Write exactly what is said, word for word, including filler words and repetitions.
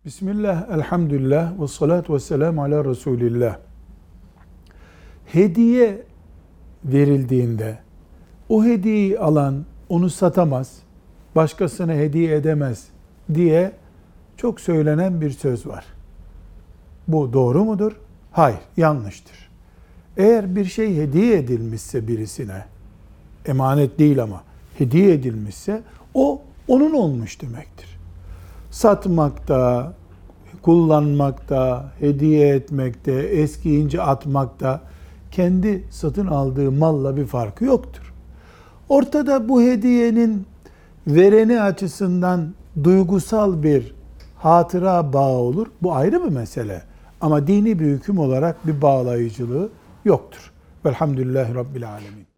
Bismillah, elhamdülillah, ve salatu ve selamu ala Resulillah. Hediye verildiğinde, o hediyeyi alan onu satamaz, başkasına hediye edemez diye çok söylenen bir söz var. Bu doğru mudur? Hayır, yanlıştır. Eğer bir şey hediye edilmişse birisine, emanet değil ama hediye edilmişse, o onun olmuş demektir. Satmakta, kullanmakta, hediye etmekte, eskiyince atmakta kendi satın aldığı malla bir farkı yoktur. Ortada bu hediyenin vereni açısından duygusal bir hatıra bağı olur. Bu ayrı bir mesele. Ama dini bir hüküm olarak bir bağlayıcılığı yoktur. Velhamdülillahi Rabbil Alemin.